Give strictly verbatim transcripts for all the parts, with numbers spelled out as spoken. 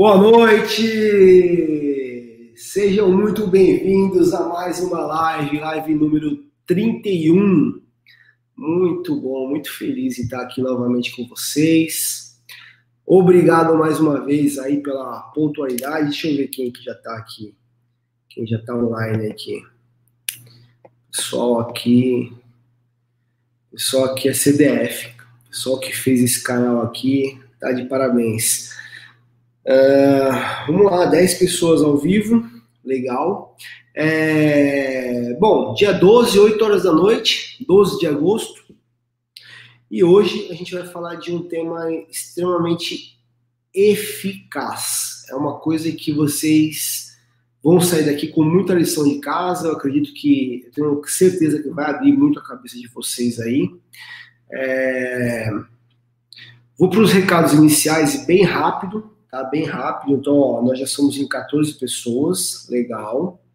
Boa noite! Sejam muito bem-vindos a mais uma live, live número trinta e um. Muito bom, muito feliz em estar aqui novamente com vocês. Obrigado mais uma vez aí pela pontualidade. Deixa eu ver quem que já está aqui. Quem já está online aqui. Pessoal aqui. Pessoal aqui é C D F. Pessoal que fez esse canal aqui, tá de parabéns. Uh, vamos lá, dez pessoas ao vivo, legal. É, bom, dia doze, oito horas da noite, doze de agosto. E hoje a gente vai falar de um tema extremamente eficaz. É uma coisa que vocês vão sair daqui com muita lição de casa. Eu acredito que, eu tenho certeza que vai abrir muito a cabeça de vocês aí. É, vou para os recados iniciais bem rápido. Tá bem rápido, então ó, nós já somos em quatorze pessoas, legal.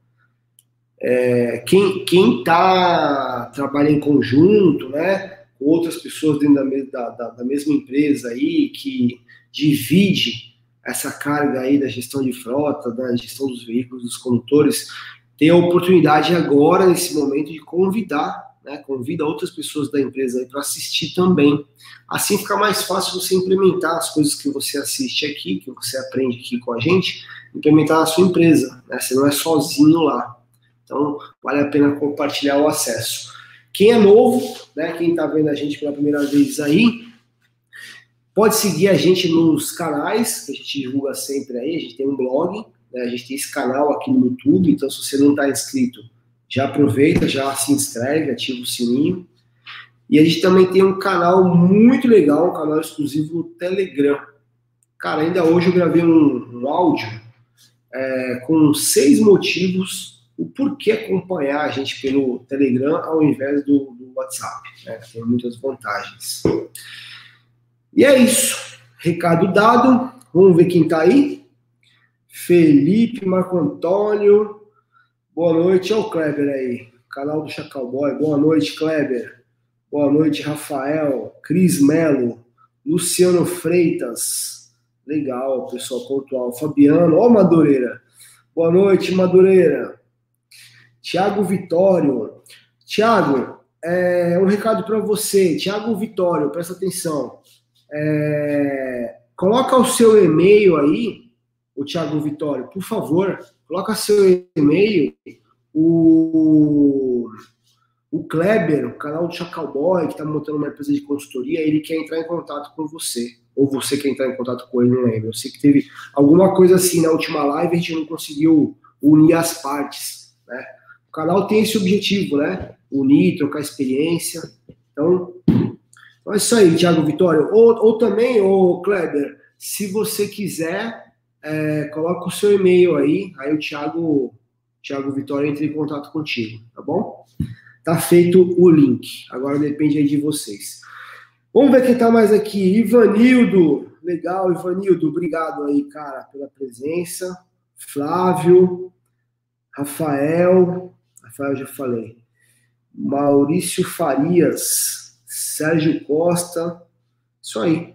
É, quem, quem tá, trabalha em conjunto, né, com outras pessoas dentro da, da, da mesma empresa aí, que divide essa carga aí da gestão de frota, da gestão dos veículos, dos condutores, tem a oportunidade agora, nesse momento, de convidar, né, convida outras pessoas da empresa para assistir também. Assim fica mais fácil você implementar as coisas que você assiste aqui, que você aprende aqui com a gente, implementar na sua empresa, né? Você não é sozinho lá. Então, vale a pena compartilhar o acesso. Quem é novo, né, quem está vendo a gente pela primeira vez aí, pode seguir a gente nos canais, que a gente divulga sempre aí. A gente tem um blog, né, a gente tem esse canal aqui no YouTube, então se você não está inscrito, já aproveita, já se inscreve, ativa o sininho. E a gente também tem um canal muito legal, um canal exclusivo no Telegram. Cara, ainda hoje eu gravei um, um áudio é, com seis motivos o porquê acompanhar a gente pelo Telegram ao invés do, do WhatsApp. Né? Tem muitas vantagens. E é isso. Recado dado. Vamos ver quem tá aí. Felipe, Marco Antônio. Boa noite, olha o Kleber aí, canal do Chacal Boy. Boa noite, Kleber. Boa noite, Rafael, Cris Melo, Luciano Freitas. Legal, pessoal pontual. Fabiano, ó Madureira. Boa noite, Madureira. Tiago Vitório. Tiago, é, um recado para você. Tiago Vitório, presta atenção. É, coloca o seu e-mail aí, o Tiago Vitório, por favor. Coloca seu e-mail, o, o Kleber, o canal do Chacal Boy, que está montando uma empresa de consultoria, ele quer entrar em contato com você. Ou você quer entrar em contato com ele, não lembro. Eu sei que teve alguma coisa assim na última live, a gente não conseguiu unir as partes, né? O canal tem esse objetivo, né? Unir, trocar experiência. Então, então é isso aí, Thiago Vitório. Ou, ou também, ô Kleber, se você quiser... É, coloca o seu e-mail aí, aí o Thiago, Thiago Vitória entra em contato contigo, tá bom? Tá feito o link, agora depende aí de vocês. Vamos ver quem tá mais aqui, Ivanildo, legal, Ivanildo, obrigado aí, cara, pela presença. Flávio, Rafael, Rafael já falei, Maurício Farias, Sérgio Costa, isso aí.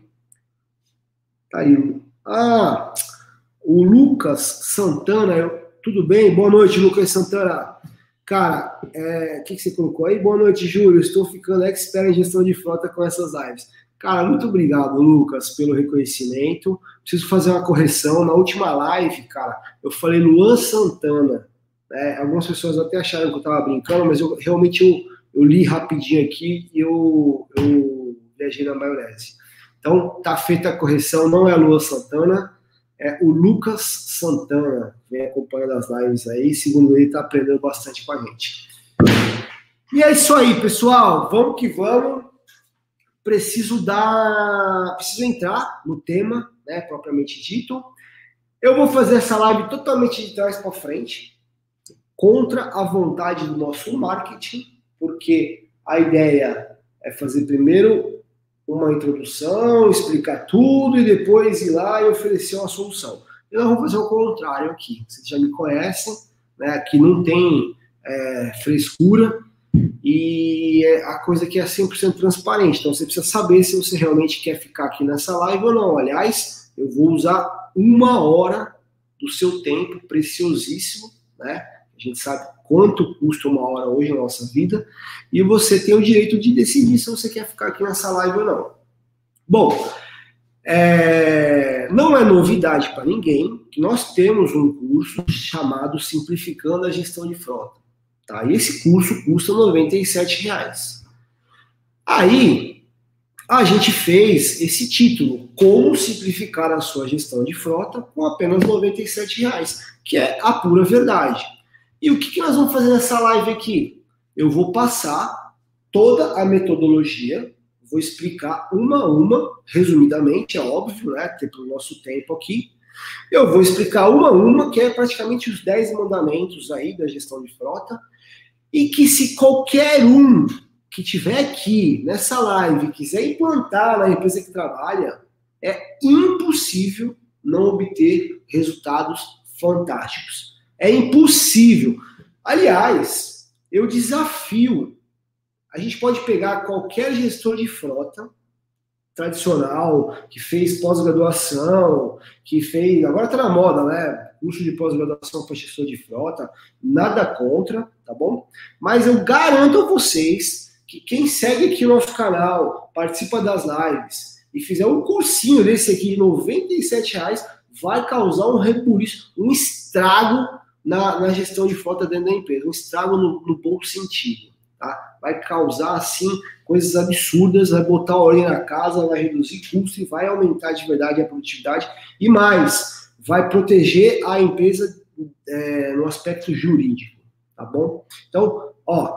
Tá aí. Ah... O Lucas Santana, eu, tudo bem? Boa noite, Lucas Santana. Cara, o é, que, que você colocou aí? Boa noite, Júlio. Estou ficando expert em gestão de frota com essas lives. Cara, muito obrigado, Lucas, pelo reconhecimento. Preciso fazer uma correção. Na última live, cara, eu falei Luan Santana. Né? Algumas pessoas até acharam que eu estava brincando, mas eu realmente eu, eu li rapidinho aqui e eu, eu viajei na maionese. Então, tá feita a correção, não é a Luan Santana. É o Lucas Santana, vem acompanhando as lives aí, segundo ele, está aprendendo bastante com a gente. E é isso aí, pessoal, vamos que vamos. Preciso dar, preciso entrar no tema, né, propriamente dito. Eu vou fazer essa live totalmente de trás para frente, contra a vontade do nosso marketing, porque a ideia é fazer primeiro uma introdução, explicar tudo e depois ir lá e oferecer uma solução. Eu não vou fazer o contrário aqui. Vocês já me conhecem, né? Aqui não tem é, frescura e a coisa aqui é cem por cento transparente. Então você precisa saber se você realmente quer ficar aqui nessa live ou não. Aliás, eu vou usar uma hora do seu tempo preciosíssimo, né? A gente sabe quanto custa uma hora hoje na nossa vida, e você tem o direito de decidir se você quer ficar aqui nessa live ou não. Bom, é, não é novidade para ninguém que nós temos um curso chamado Simplificando a Gestão de Frota. Tá? E esse curso custa noventa e sete reais. Aí, a gente fez esse título, Como Simplificar a Sua Gestão de Frota, com apenas noventa e sete reais, que é a pura verdade. E o que, que nós vamos fazer nessa live aqui? Eu vou passar toda a metodologia, vou explicar uma a uma, resumidamente, é óbvio, né, até pelo nosso tempo aqui. Eu vou explicar uma a uma, que é praticamente os dez mandamentos aí da gestão de frota, e que se qualquer um que tiver aqui nessa live quiser implantar na empresa que trabalha, é impossível não obter resultados fantásticos. É impossível. Aliás, eu desafio. A gente pode pegar qualquer gestor de frota tradicional, que fez pós-graduação, que fez... Agora está na moda, né? Curso de pós-graduação para gestor de frota. Nada contra, tá bom? Mas eu garanto a vocês que quem segue aqui o nosso canal, participa das lives e fizer um cursinho desse aqui de noventa e sete reais, vai causar um rebuliço, um estrago na, na gestão de frota dentro da empresa. Um estrago no, no bom sentido. Tá? Vai causar, assim, coisas absurdas, vai botar ordem na casa, vai reduzir custo e vai aumentar de verdade a produtividade. E mais, vai proteger a empresa é, no aspecto jurídico, tá bom? Então, ó,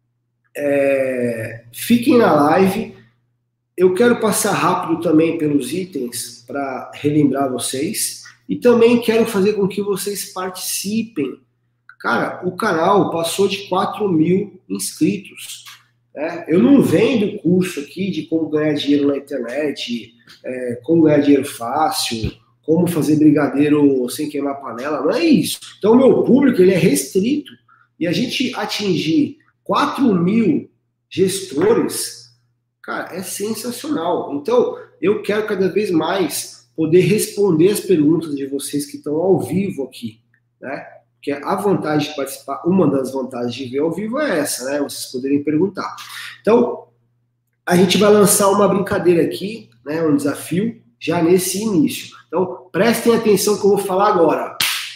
é, fiquem na live. Eu quero passar rápido também pelos itens para relembrar vocês. E também quero fazer com que vocês participem. Cara, o canal passou de quatro mil inscritos. Né? Eu não vendo curso aqui de como ganhar dinheiro na internet, é, como ganhar dinheiro fácil, como fazer brigadeiro sem queimar panela, não é isso. Então, o meu público ele é restrito. E a gente atingir quatro mil gestores, cara, é sensacional. Então, eu quero cada vez mais poder responder as perguntas de vocês que estão ao vivo aqui, né? Porque a vantagem de participar, uma das vantagens de ver ao vivo é essa, né? Vocês poderem perguntar. Então, a gente vai lançar uma brincadeira aqui, né? Um desafio, já nesse início. Então, prestem atenção que eu vou falar agora.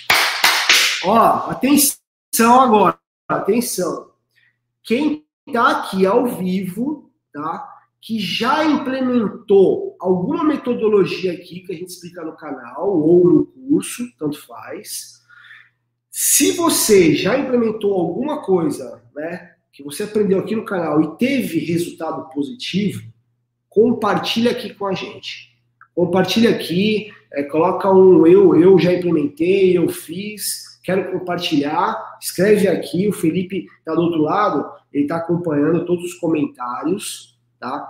Ó, atenção agora, atenção. Quem está aqui ao vivo, tá? Que já implementou alguma metodologia aqui que a gente explica no canal ou no curso, tanto faz. Se você já implementou alguma coisa, né, que você aprendeu aqui no canal e teve resultado positivo, compartilha aqui com a gente. Compartilha aqui, é, coloca um eu, eu já implementei, eu fiz, quero compartilhar, escreve aqui, o Felipe está do outro lado, ele está acompanhando todos os comentários, tá?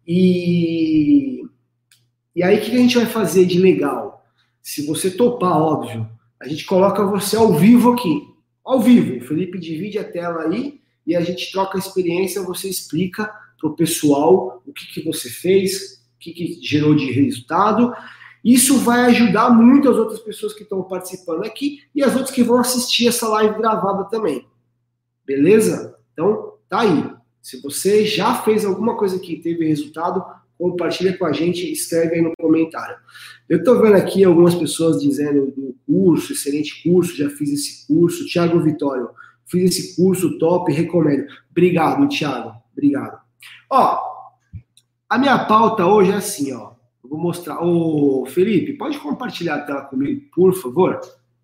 E, e aí o que a gente vai fazer de legal? Se você topar, óbvio, a gente coloca você ao vivo aqui. Ao vivo. O Felipe divide a tela aí e a gente troca a experiência, você explica para o pessoal o que, que você fez, o que, que gerou de resultado. Isso vai ajudar muito as outras pessoas que estão participando aqui e as outras que vão assistir essa live gravada também. Beleza? Então, tá aí. Se você já fez alguma coisa que teve resultado, compartilha com a gente, escreve aí no comentário. Eu estou vendo aqui algumas pessoas dizendo do curso, excelente curso, já fiz esse curso. Thiago Vitório, fiz esse curso, top, recomendo. Obrigado, Thiago, obrigado. Ó, a minha pauta hoje é assim, ó. Eu vou mostrar. Ô, Felipe, pode compartilhar a tela comigo, por favor?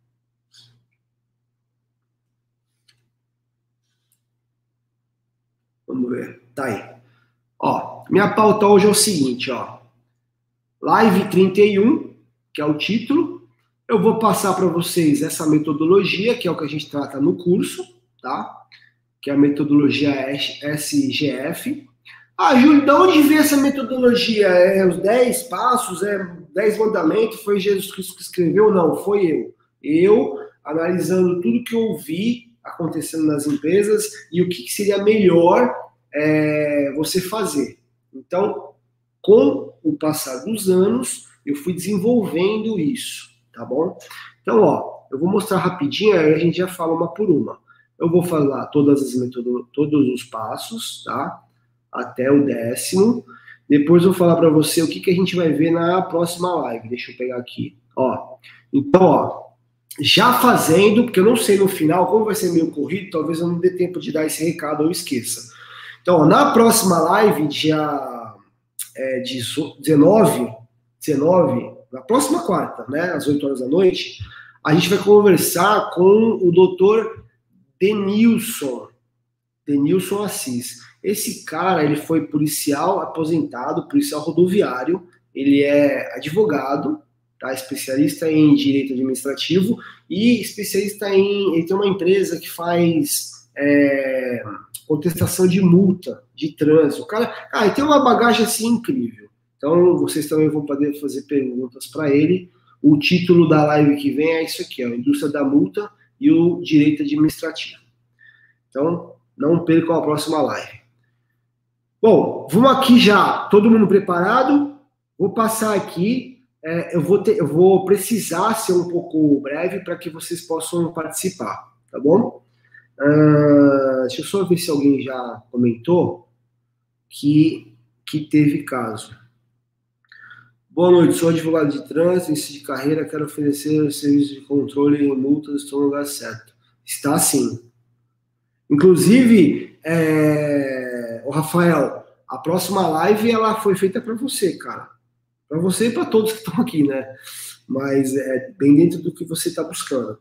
Vamos ver, tá aí. Ó, minha pauta hoje é o seguinte, ó. Live trinta e um, que é o título. Eu vou passar para vocês essa metodologia, que é o que a gente trata no curso, tá? Que é a metodologia S G F. Ah, Júlio, de onde veio essa metodologia? É os dez passos, é dez mandamentos? Foi Jesus Cristo que escreveu? Não, foi eu. Eu, analisando tudo que eu vi acontecendo nas empresas e o que seria melhor é, você fazer. Então, com o passar dos anos, eu fui desenvolvendo isso, tá bom? Então, ó, eu vou mostrar rapidinho, aí a gente já fala uma por uma. Eu vou falar todas as metodo, todos os passos, tá? Até o décimo. Depois eu vou falar para você o que, que a gente vai ver na próxima live. Deixa eu pegar aqui, ó. Então, ó, já fazendo, porque eu não sei no final, como vai ser meio corrido, talvez eu não dê tempo de dar esse recado ou esqueça. Então, ó, na próxima live, dia é, dezenove, dezenove, na próxima quarta, né, às oito horas da noite, a gente vai conversar com o doutor Denilson, Denilson Assis. Esse cara, ele foi policial aposentado, policial rodoviário, ele é advogado, tá? Especialista em direito administrativo e especialista em... Ele tem uma empresa que faz é, contestação de multa, de trânsito. O cara, ah, ele tem uma bagagem assim incrível. Então, vocês também vão poder fazer perguntas para ele. O título da live que vem é isso aqui, ó, Indústria da Multa e o Direito Administrativo. Então, não percam a próxima live. Bom, vamos aqui já, todo mundo preparado? Vou passar aqui, é, eu, vou ter, eu vou precisar ser um pouco breve para que vocês possam participar, tá bom? Uh, deixa eu só ver se alguém já comentou que, que teve caso. Boa noite, sou advogado de trânsito, início de carreira, quero oferecer serviço de controle e multas, estou no lugar certo. Está sim. Inclusive, é... o Rafael, a próxima live ela foi feita para você, cara. Para você e para todos que estão aqui, né? Mas é bem dentro do que você está buscando.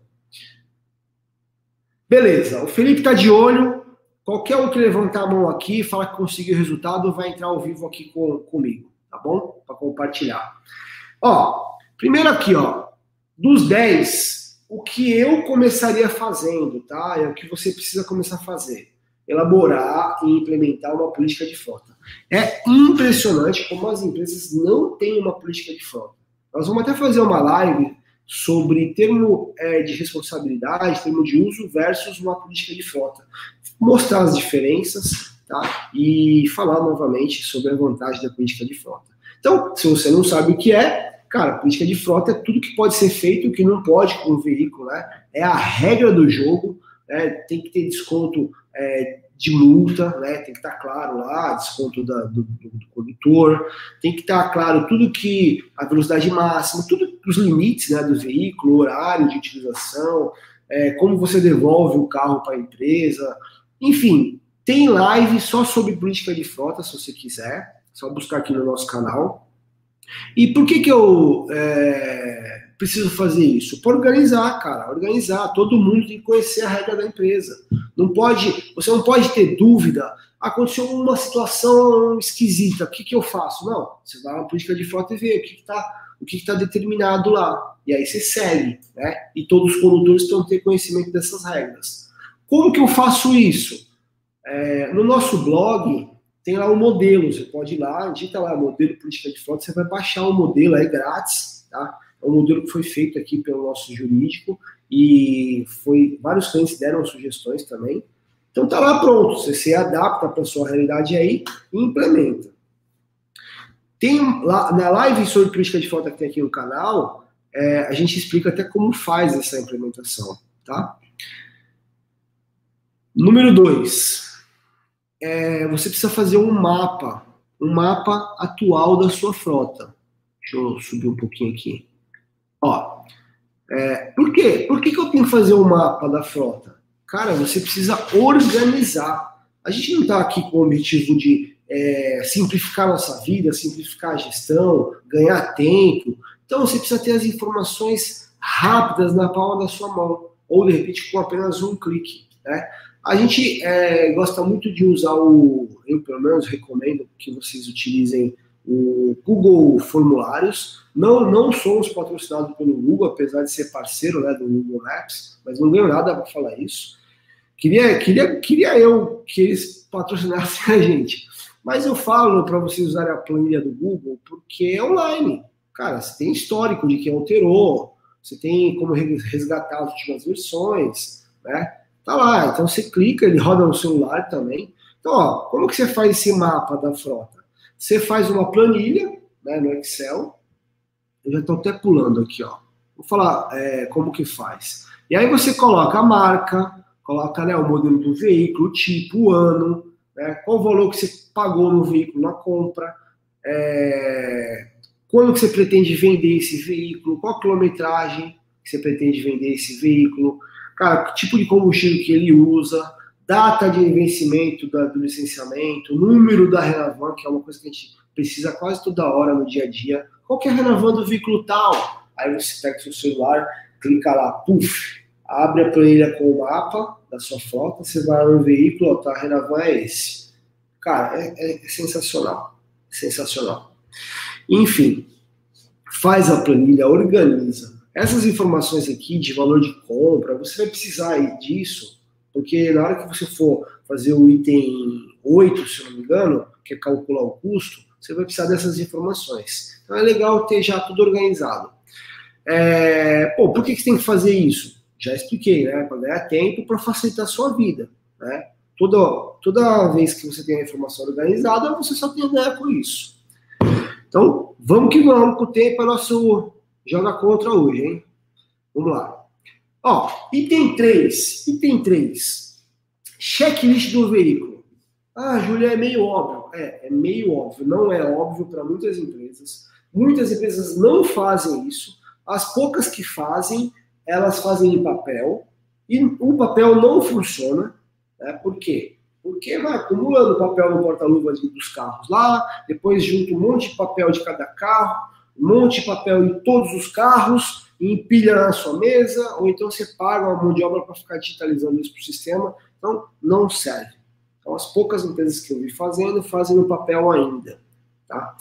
Beleza, o Felipe está de olho. Qualquer um que levantar a mão aqui e falar que conseguiu o resultado, vai entrar ao vivo aqui com, comigo, tá bom? Para compartilhar. Ó, primeiro aqui, ó, dos dez... O que eu começaria fazendo, tá? É o que você precisa começar a fazer. Elaborar e implementar uma política de frota. É impressionante como as empresas não têm uma política de frota. Nós vamos até fazer uma live sobre termo é, de responsabilidade, termo de uso versus uma política de frota. Mostrar as diferenças, tá? E falar novamente sobre a vantagem da política de frota. Então, se você não sabe o que é, cara, política de frota é tudo que pode ser feito e o que não pode com o veículo, né? É a regra do jogo, né? Tem que ter desconto é, de multa, né? Tem que estar claro lá, desconto da, do, do, do condutor, tem que estar claro tudo que, a velocidade máxima, tudo os limites, né, do veículo, horário de utilização, é, como você devolve o carro para a empresa, enfim, tem live só sobre política de frota, se você quiser, só buscar aqui no nosso canal. E por que que eu é, preciso fazer isso? Para organizar, cara, organizar. Todo mundo tem que conhecer a regra da empresa. Não pode, você não pode ter dúvida. Aconteceu uma situação esquisita, o que que eu faço? Não, você vai na política de frota e vê o que que tá, o que que tá determinado lá. E aí você segue, né? E todos os condutores estão ter conhecimento dessas regras. Como que eu faço isso? É, no nosso blog tem lá um modelo, você pode ir lá, digita lá, modelo política de frota, você vai baixar o modelo, é grátis, tá? É um modelo que foi feito aqui pelo nosso jurídico e foi, vários clientes deram sugestões também. Então tá lá pronto, você se adapta para a sua realidade aí e implementa. Tem lá, na live sobre política de frota que tem aqui no canal, é, a gente explica até como faz essa implementação, tá? Número dois. É, você precisa fazer um mapa, um mapa atual da sua frota. Deixa eu subir um pouquinho aqui. Ó, é, por quê? Por que que eu tenho que fazer um mapa da frota? Cara, você precisa organizar. A gente não está aqui com o objetivo de é, simplificar a nossa vida, simplificar a gestão, ganhar tempo. Então você precisa ter as informações rápidas na palma da sua mão, ou de repente com apenas um clique, né? A gente é, gosta muito de usar o, eu pelo menos recomendo que vocês utilizem o Google Formulários. Não, não somos patrocinados pelo Google, apesar de ser parceiro, né, do Google Maps, mas não ganho nada para falar isso. Queria, queria, queria eu que eles patrocinassem a gente, mas eu falo para vocês usarem a planilha do Google porque é online. Cara, você tem histórico de quem alterou, você tem como resgatar as últimas versões, né? Tá lá, então você clica, ele roda no celular também. Então, ó, como que você faz esse mapa da frota? Você faz uma planilha, né, no Excel. Eu já estou até pulando aqui, ó, Vou falar é, como que faz. E aí você coloca a marca, coloca, né, o modelo do veículo, o tipo, o ano, né, qual o valor que você pagou no veículo na compra, é, quando que você pretende vender esse veículo, qual a quilometragem que você pretende vender esse veículo, cara, que tipo de combustível que ele usa, data de vencimento da, do licenciamento, número da Renavan, que é uma coisa que a gente precisa quase toda hora no dia a dia, qual que é a Renavan do veículo tal? Aí você pega o seu celular, clica lá, puf, abre a planilha com o mapa da sua frota, você vai no veículo, ó, tá, a Renavan é esse. Cara, é, é sensacional, sensacional. Enfim, faz a planilha, organiza. Essas informações aqui de valor de compra, você vai precisar disso, porque na hora que você for fazer o item oito, se eu não me engano, que é calcular o custo, você vai precisar dessas informações. Então é legal ter já tudo organizado. É, pô, por que você tem que fazer isso? Já expliquei, né? Para ganhar tempo, para facilitar a sua vida, né? Toda, toda vez que você tem a informação organizada, você só tem a ganhar com isso. Então, vamos que vamos, que o tempo é nosso joga contra hoje, hein? Vamos lá. Ó, item três. Item três. Checklist do veículo. Ah, Júlia, é meio óbvio. É, é meio óbvio. Não é óbvio para muitas empresas. Muitas empresas não fazem isso. As poucas que fazem, elas fazem em papel. E o papel não funciona. Né? Por quê? Porque vai acumulando papel no porta-luvas dos carros lá, depois junta um monte de papel de cada carro, um monte de papel em todos os carros, e empilha na sua mesa, ou então você paga uma mão de obra para ficar digitalizando isso para o sistema. Então, não serve. Então, as poucas empresas que eu vi fazendo, fazem no papel ainda. Tá?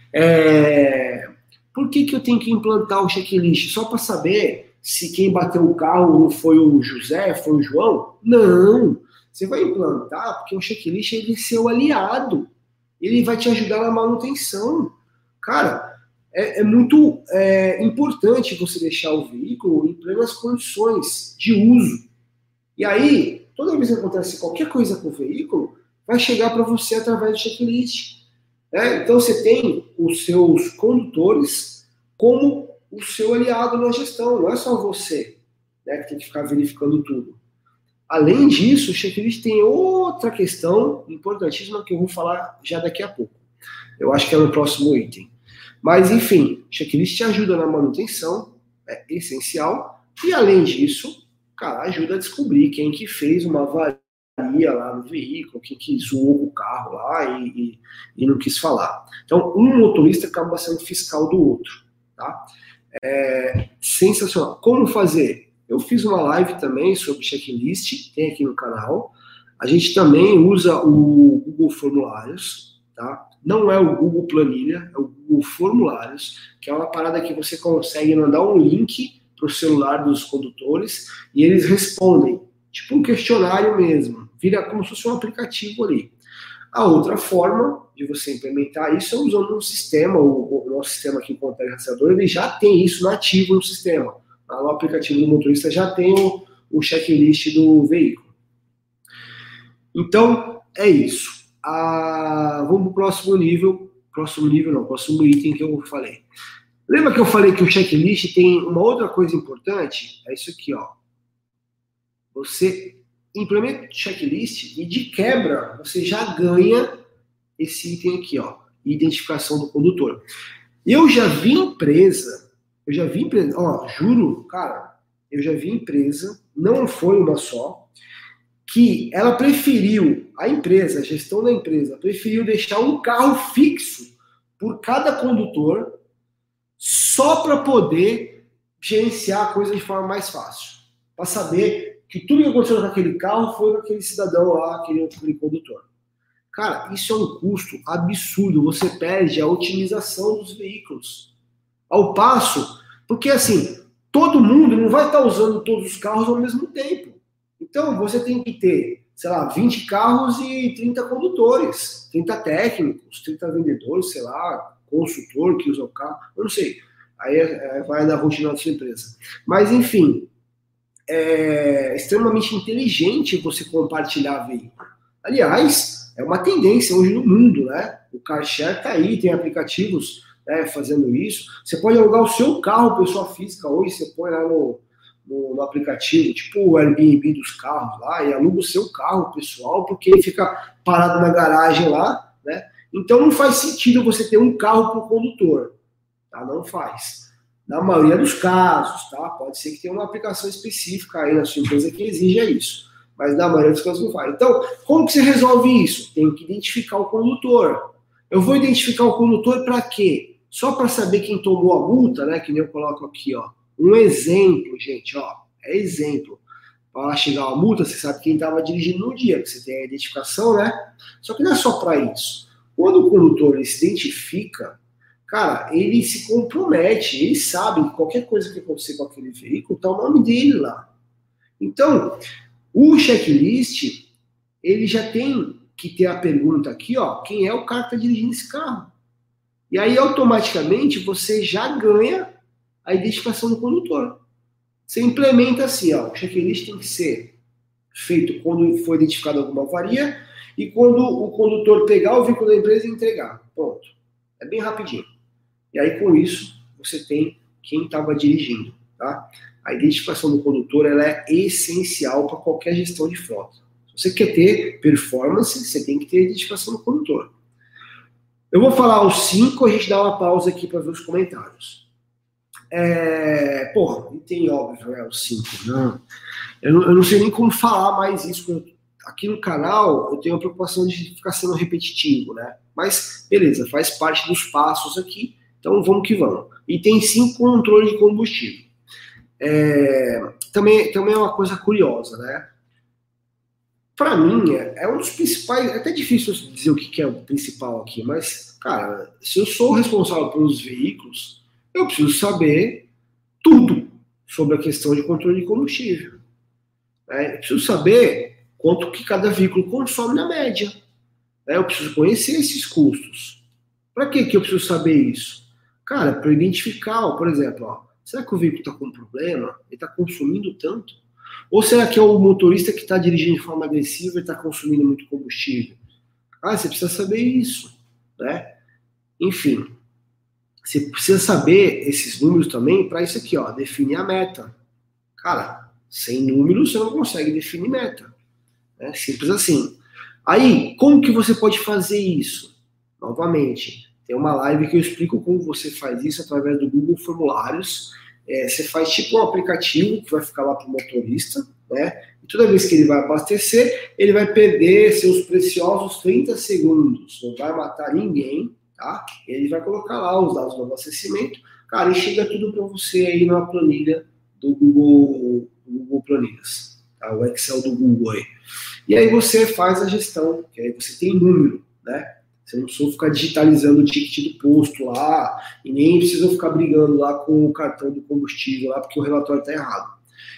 É... Por que, que eu tenho que implantar o checklist? Só para saber se quem bateu o carro foi o José, foi o João? Não! Você vai implantar porque o checklist ele é seu aliado. Ele vai te ajudar na manutenção. Cara, é, é muito é, importante você deixar o veículo em plenas condições de uso. E aí, toda vez que acontece qualquer coisa com o veículo, vai chegar para você através do checklist. Né? Então você tem os seus condutores como o seu aliado na gestão. Não é só você, né, que tem que ficar verificando tudo. Além disso, o checklist tem outra questão importantíssima que eu vou falar já daqui a pouco. Eu acho que é no próximo item. Mas, enfim, o checklist te ajuda na manutenção, é essencial. E, além disso, cara, ajuda a descobrir quem que fez uma avaria lá no veículo, quem que zoou o carro lá e, e, e não quis falar. Então, um motorista acaba sendo fiscal do outro. Tá? É sensacional. Como fazer? Eu fiz uma live também sobre checklist, tem aqui no canal. A gente também usa o Google Formulários, tá? Não é o Google Planilha, é o Google Formulários, que é uma parada que você consegue mandar um link para o celular dos condutores e eles respondem, tipo um questionário mesmo, vira como se fosse um aplicativo ali. A outra forma de você implementar isso é usando um sistema, o, o nosso sistema aqui com o rastreador, ele já tem isso nativo no sistema. No aplicativo do motorista já tem o, o checklist do veículo. Então, é isso. Ah, vamos para o próximo nível. Próximo nível não, próximo item que eu falei. Lembra que eu falei que o checklist tem uma outra coisa importante? É isso aqui, ó. Você implementa o checklist e de quebra você já ganha esse item aqui, ó. Identificação do condutor. Eu já vi empresa Eu já vi empresa, ó, juro, cara, eu já vi empresa, não foi uma só, que ela preferiu, a empresa, a gestão da empresa, preferiu deixar um carro fixo por cada condutor só para poder gerenciar a coisa de forma mais fácil. Para saber que tudo que aconteceu com aquele carro foi com aquele cidadão lá, aquele, aquele condutor. Cara, isso é um custo absurdo, você perde a otimização dos veículos. Ao passo, porque assim, todo mundo não vai estar usando todos os carros ao mesmo tempo. Então, você tem que ter, sei lá, vinte carros e trinta condutores, trinta técnicos, trinta vendedores, sei lá, consultor que usa o carro, eu não sei. Aí é, vai na rotina da sua empresa. Mas, enfim, é extremamente inteligente você compartilhar veículo. Aliás, é uma tendência hoje no mundo, né? O car share tá aí, tem aplicativos né, fazendo isso. Você pode alugar o seu carro, pessoa física, hoje você põe lá no, no, no aplicativo, tipo o Airbnb dos carros lá, e aluga o seu carro pessoal, porque ele fica parado na garagem lá, né? Então não faz sentido você ter um carro para o condutor, tá? Não faz. Na maioria dos casos, tá? Pode ser que tenha uma aplicação específica aí na sua empresa que exija isso, mas na maioria dos casos não faz. Então, como que você resolve isso? Tem que identificar o condutor. Eu vou identificar o condutor para quê? Só para saber quem tomou a multa, né? Que nem eu coloco aqui, ó. Um exemplo, gente, ó. É exemplo. Para chegar a multa, você sabe quem estava dirigindo no dia, que você tem a identificação, né? Só que não é só para isso. Quando o condutor ele se identifica, cara, ele se compromete, ele sabe que qualquer coisa que acontecer com aquele veículo, tá o nome dele lá. Então, o checklist, ele já tem que ter a pergunta aqui, ó, quem é o cara que está dirigindo esse carro? E aí, automaticamente, você já ganha a identificação do condutor. Você implementa assim, ó, o checklist tem que ser feito quando for identificada alguma avaria e quando o condutor pegar o veículo da empresa e entregar. Pronto. É bem rapidinho. E aí, com isso, você tem quem estava dirigindo, tá? A identificação do condutor, ela é essencial para qualquer gestão de frota. Se você quer ter performance, você tem que ter a identificação do condutor. Eu vou falar os cinco, a gente dá uma pausa aqui para ver os comentários. É, porra, tem óbvio, né, os cinco. Não. Eu, não, eu não sei nem como falar mais isso. Aqui no canal, eu tenho a preocupação de ficar sendo repetitivo, né? Mas, beleza, faz parte dos passos aqui. Então, vamos que vamos. E tem cinco controle de combustível. É, também, também é uma coisa curiosa, né? Para mim, é, é um dos principais... É até difícil dizer o que é o principal aqui, mas, cara, se eu sou responsável pelos veículos, eu preciso saber tudo sobre a questão de controle de combustível. Né? Eu preciso saber quanto que cada veículo consome na média. Né? Eu preciso conhecer esses custos. Para que que eu preciso saber isso? Cara, para identificar, ó, por exemplo, ó, será que o veículo está com problema? Ele está consumindo tanto? Ou será que é o motorista que está dirigindo de forma agressiva e está consumindo muito combustível? Ah, você precisa saber isso, né? Enfim, você precisa saber esses números também para isso aqui, ó, definir a meta. Cara, sem números você não consegue definir meta. Né? Simples assim. Aí, como que você pode fazer isso? Novamente, tem uma live que eu explico como você faz isso através do Google Formulários. É, você faz tipo um aplicativo que vai ficar lá para o motorista, né? E toda vez que ele vai abastecer, ele vai perder seus preciosos trinta segundos. Não vai matar ninguém, tá? Ele vai colocar lá os dados do abastecimento. Cara, e chega tudo para você aí na planilha do Google, do Google Planilhas. Tá? O Excel do Google aí. E aí você faz a gestão, que aí você tem número, né? Você não precisa ficar digitalizando o ticket do posto lá, e nem precisa ficar brigando lá com o cartão do combustível lá, porque o relatório está errado.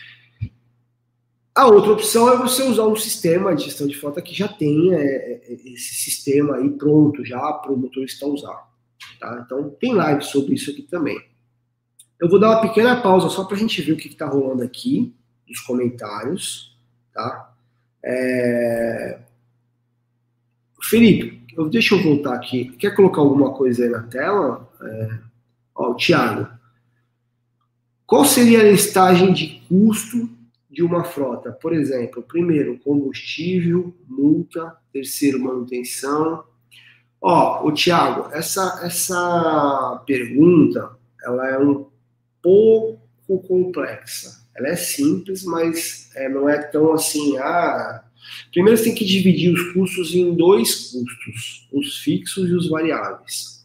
A outra opção é você usar um sistema de gestão de frota que já tenha é, esse sistema aí pronto já para o motorista usar. Tá? Então tem live sobre isso aqui também. Eu vou dar uma pequena pausa só para a gente ver o que está rolando aqui, nos comentários. Tá? É... Felipe, eu, deixa eu voltar aqui. Quer colocar alguma coisa aí na tela? É... Ó, o Thiago. Qual seria a listagem de custo de uma frota? Por exemplo, primeiro, combustível, multa, terceiro, manutenção. Ó, o Thiago, essa, essa pergunta, ela é um pouco complexa. Ela é simples, mas é, não é tão assim, ah... Primeiro você tem que dividir os custos em dois custos, os fixos e os variáveis.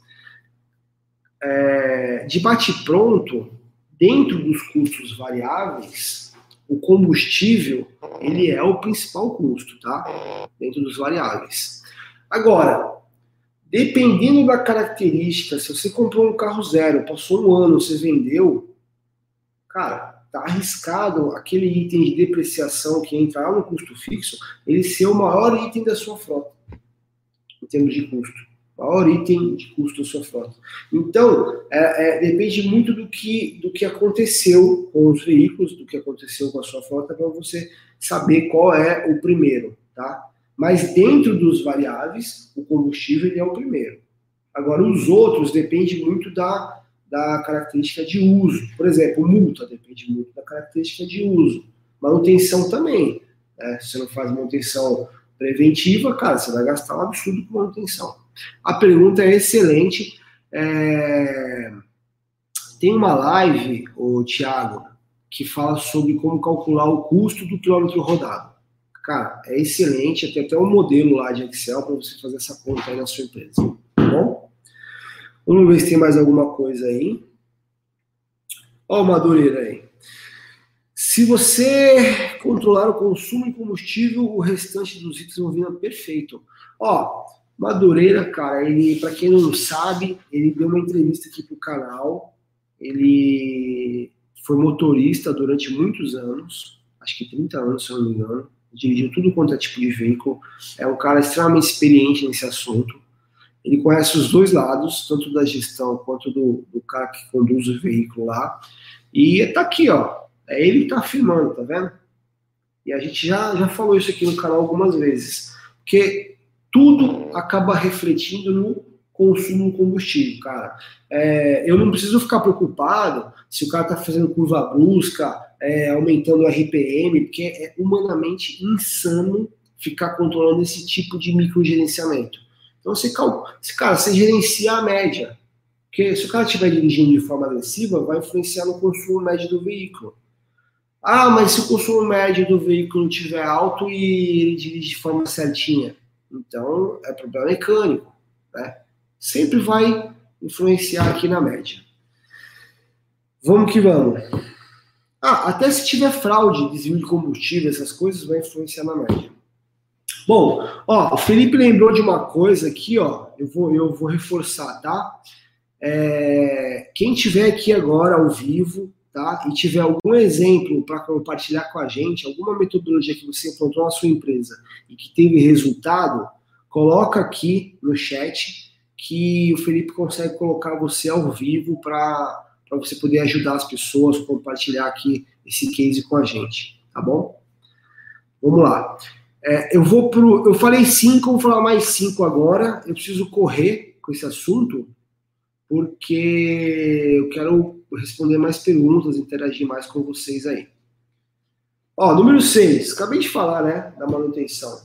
É, de bate-pronto, dentro dos custos variáveis, o combustível, ele é o principal custo, tá? Dentro dos variáveis. Agora, dependendo da característica, se você comprou um carro zero, passou um ano, você vendeu, cara, tá arriscado aquele item de depreciação que entra lá no custo fixo, ele ser o maior item da sua frota, em termos de custo. Maior item de custo da sua frota. Então, é, é, depende muito do que, do que aconteceu com os veículos, do que aconteceu com a sua frota, para você saber qual é o primeiro, tá? Mas dentro dos variáveis, o combustível ele é o primeiro. Agora, os outros dependem muito da, da característica de uso. Por exemplo, multa depende muito da característica de uso. Manutenção também. Né? Se você não faz manutenção preventiva, cara, você vai gastar um absurdo com manutenção. A pergunta é excelente. É... Tem uma live, ô, Thiago, que fala sobre como calcular o custo do quilômetro rodado. Cara, é excelente, tem até um modelo lá de Excel para você fazer essa conta aí na sua empresa. Tá bom? Vamos ver se tem mais alguma coisa aí. Ó o Madureira aí. Se você controlar o consumo de combustível, o restante dos itens vão vir perfeito. Ó, Madureira, cara, ele, para quem não sabe, ele deu uma entrevista aqui pro canal. Ele foi motorista durante muitos anos, acho que trinta anos, se eu não me engano. Dirigiu tudo quanto é tipo de veículo. É um cara extremamente experiente nesse assunto. Ele conhece os dois lados, tanto da gestão quanto do, do cara que conduz o veículo lá. E tá aqui, ó. É ele que tá afirmando, tá vendo? E a gente já, já falou isso aqui no canal algumas vezes. Porque tudo acaba refletindo no consumo de combustível, cara. É, eu não preciso ficar preocupado se o cara tá fazendo curva brusca, é, aumentando o R P M, porque é humanamente insano ficar controlando esse tipo de microgerenciamento. Então, você, cara, você gerencia a média. Porque se o cara estiver dirigindo de forma agressiva, vai influenciar no consumo médio do veículo. Ah, mas se o consumo médio do veículo estiver alto e ele dirige de forma certinha, então é problema mecânico, né? Sempre vai influenciar aqui na média. Vamos que vamos. Ah, até se tiver fraude, desvio de combustível, essas coisas, vai influenciar na média. Bom, ó, o Felipe lembrou de uma coisa aqui, ó, eu vou, eu vou reforçar, tá? É, quem tiver aqui agora ao vivo, tá? E tiver algum exemplo para compartilhar com a gente, alguma metodologia que você encontrou na sua empresa e que teve resultado, coloca aqui no chat que o Felipe consegue colocar você ao vivo para para você poder ajudar as pessoas, compartilhar aqui esse case com a gente, tá bom? Vamos lá. É, eu vou pro, eu falei cinco, vou falar mais cinco agora. Eu preciso correr com esse assunto porque eu quero responder mais perguntas, interagir mais com vocês aí. Ó, número seis, acabei de falar, né, da manutenção.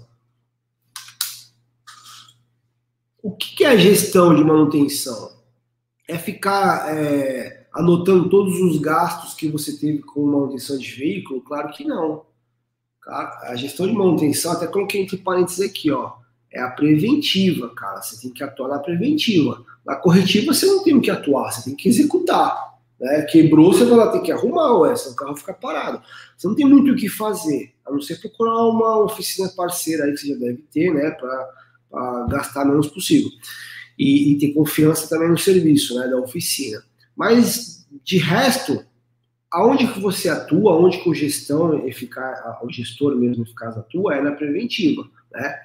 O que é a gestão de manutenção? É ficar é, anotando todos os gastos que você teve com manutenção de veículo? Claro que não. A gestão de manutenção, até coloquei entre parênteses aqui, ó, é a preventiva, cara. Você tem que atuar na preventiva. Na corretiva você não tem o que atuar, você tem que executar. Né? Quebrou, você vai lá ter que arrumar, ué, senão o carro fica parado. Você não tem muito o que fazer, a não ser procurar uma oficina parceira aí que você já deve ter, né, para gastar menos possível. E, e ter confiança também no serviço, né, da oficina. Mas, de resto, aonde que você atua, aonde que o gestão eficaz, o gestor mesmo eficaz atua, é na preventiva, né?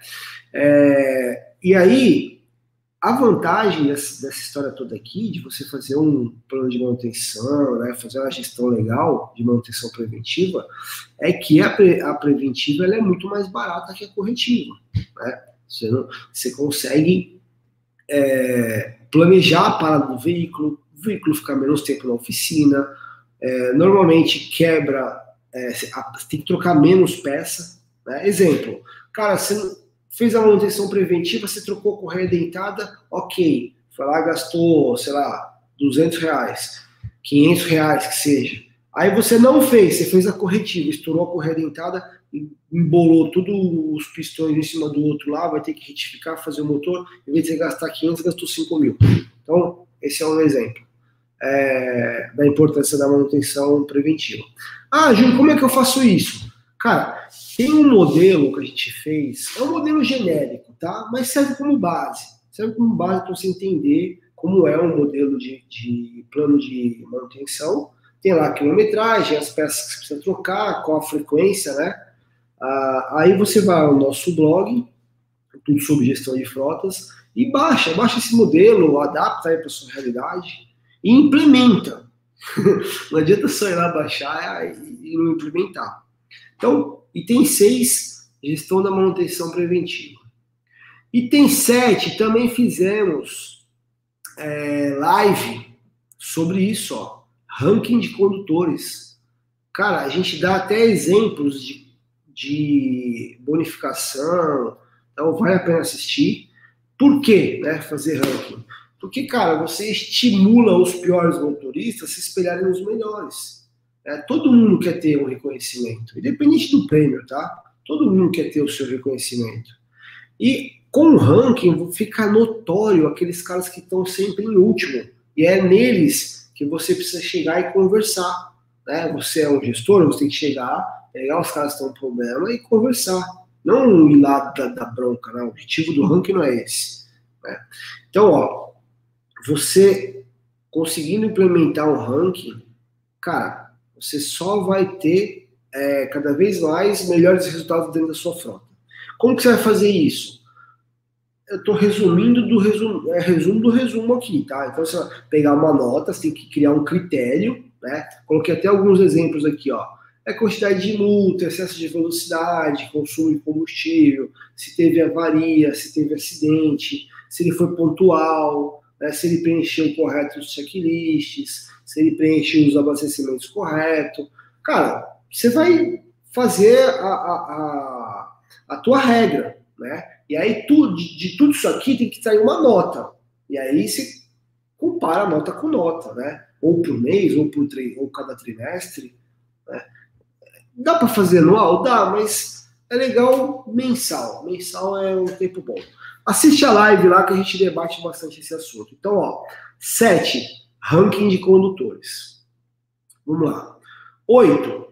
É, e aí, a vantagem dessa, dessa história toda aqui, de você fazer um plano de manutenção, né, fazer uma gestão legal de manutenção preventiva, é que a, pre, a preventiva ela é muito mais barata que a corretiva, né? Você, não, você consegue é, planejar a parada do veículo, o veículo ficar menos tempo na oficina, é, normalmente quebra, é, você tem que trocar menos peça, né? Exemplo, cara, você fez a manutenção preventiva, você trocou a correia dentada, ok, foi lá, gastou, sei lá, duzentos reais, quinhentos reais que seja. Aí você não fez, você fez a corretiva, estourou a correia dentada, embolou todos os pistões em cima do outro lá, vai ter que retificar, fazer o motor, em vez de você gastar quinhentos, gastou cinco mil. Então, esse é um exemplo é, da importância da manutenção preventiva. Ah, Júlio, como é que eu faço isso? Cara, tem um modelo que a gente fez, é um modelo genérico, tá? Mas serve como base, serve como base para você entender como é um modelo de, de plano de manutenção. Tem lá a quilometragem, as peças que você precisa trocar, qual a frequência, né? Ah, aí você vai ao nosso blog, tudo sobre gestão de frotas, e baixa, baixa esse modelo, adapta aí para sua realidade e implementa. Não adianta só ir lá baixar e não implementar. Então, item seis, gestão da manutenção preventiva. Item sete, também fizemos é, live sobre isso, ó, ranking de condutores. Cara, a gente dá até exemplos de, de bonificação, então vale a pena assistir. Por que, né, fazer ranking? Porque, cara, você estimula os piores motoristas a se espelharem nos melhores. É, todo mundo quer ter um reconhecimento, independente do prêmio, tá? Todo mundo quer ter o seu reconhecimento. E com o ranking fica notório aqueles caras que estão sempre em último. E é neles que você precisa chegar e conversar. Né? Você é um gestor, você tem que chegar, pegar os caras que estão com problema e conversar. Não ir lá da, da bronca, né? O objetivo do ranking não é esse. Né? Então, ó, você conseguindo implementar um ranking, cara, você só vai ter é, cada vez mais melhores resultados dentro da sua frota. Como que você vai fazer isso? Eu estou resumindo do resumo, é, resumo do resumo aqui, tá? Então você vai pegar uma nota, você tem que criar um critério, né? Coloquei até alguns exemplos aqui, ó. É quantidade de multa, excesso de velocidade, consumo de combustível, se teve avaria, se teve acidente, se ele foi pontual, né? Se ele preencheu correto os checklists, se ele preencheu os abastecimentos corretos. Cara, você vai fazer a, a, a, a tua regra, né? E aí, tu, de, de tudo isso aqui, tem que sair uma nota. E aí, você compara a nota com nota, né? Ou por mês, ou por tri, ou cada trimestre. Né? Dá para fazer anual? Dá, mas é legal mensal. Mensal é um tempo bom. Assiste a live lá que a gente debate bastante esse assunto. Então, ó, sete, ranking de condutores. Vamos lá. Oito,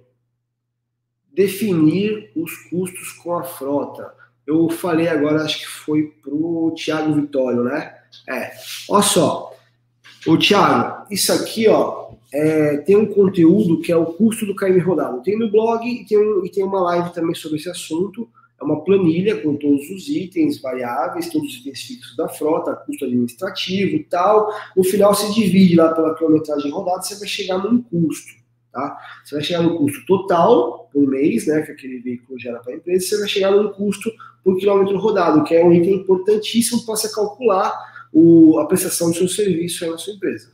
definir os custos com a frota. Eu falei agora, acho que foi pro Thiago Vitório, né? É, olha só. Ô, Thiago, isso aqui, ó, é, tem um conteúdo que é o custo do K M rodado. Tem no blog e tem, um, e tem uma live também sobre esse assunto. É uma planilha com todos os itens variáveis, todos os itens fixos da frota, custo administrativo e tal. No final, se divide lá pela quilometragem rodada, você vai chegar num custo. Tá? Você vai chegar no custo total por mês, né, que aquele veículo gera para a empresa, você vai chegar no custo por quilômetro rodado, que é um item importantíssimo para você calcular o, a prestação do seu serviço aí na sua empresa.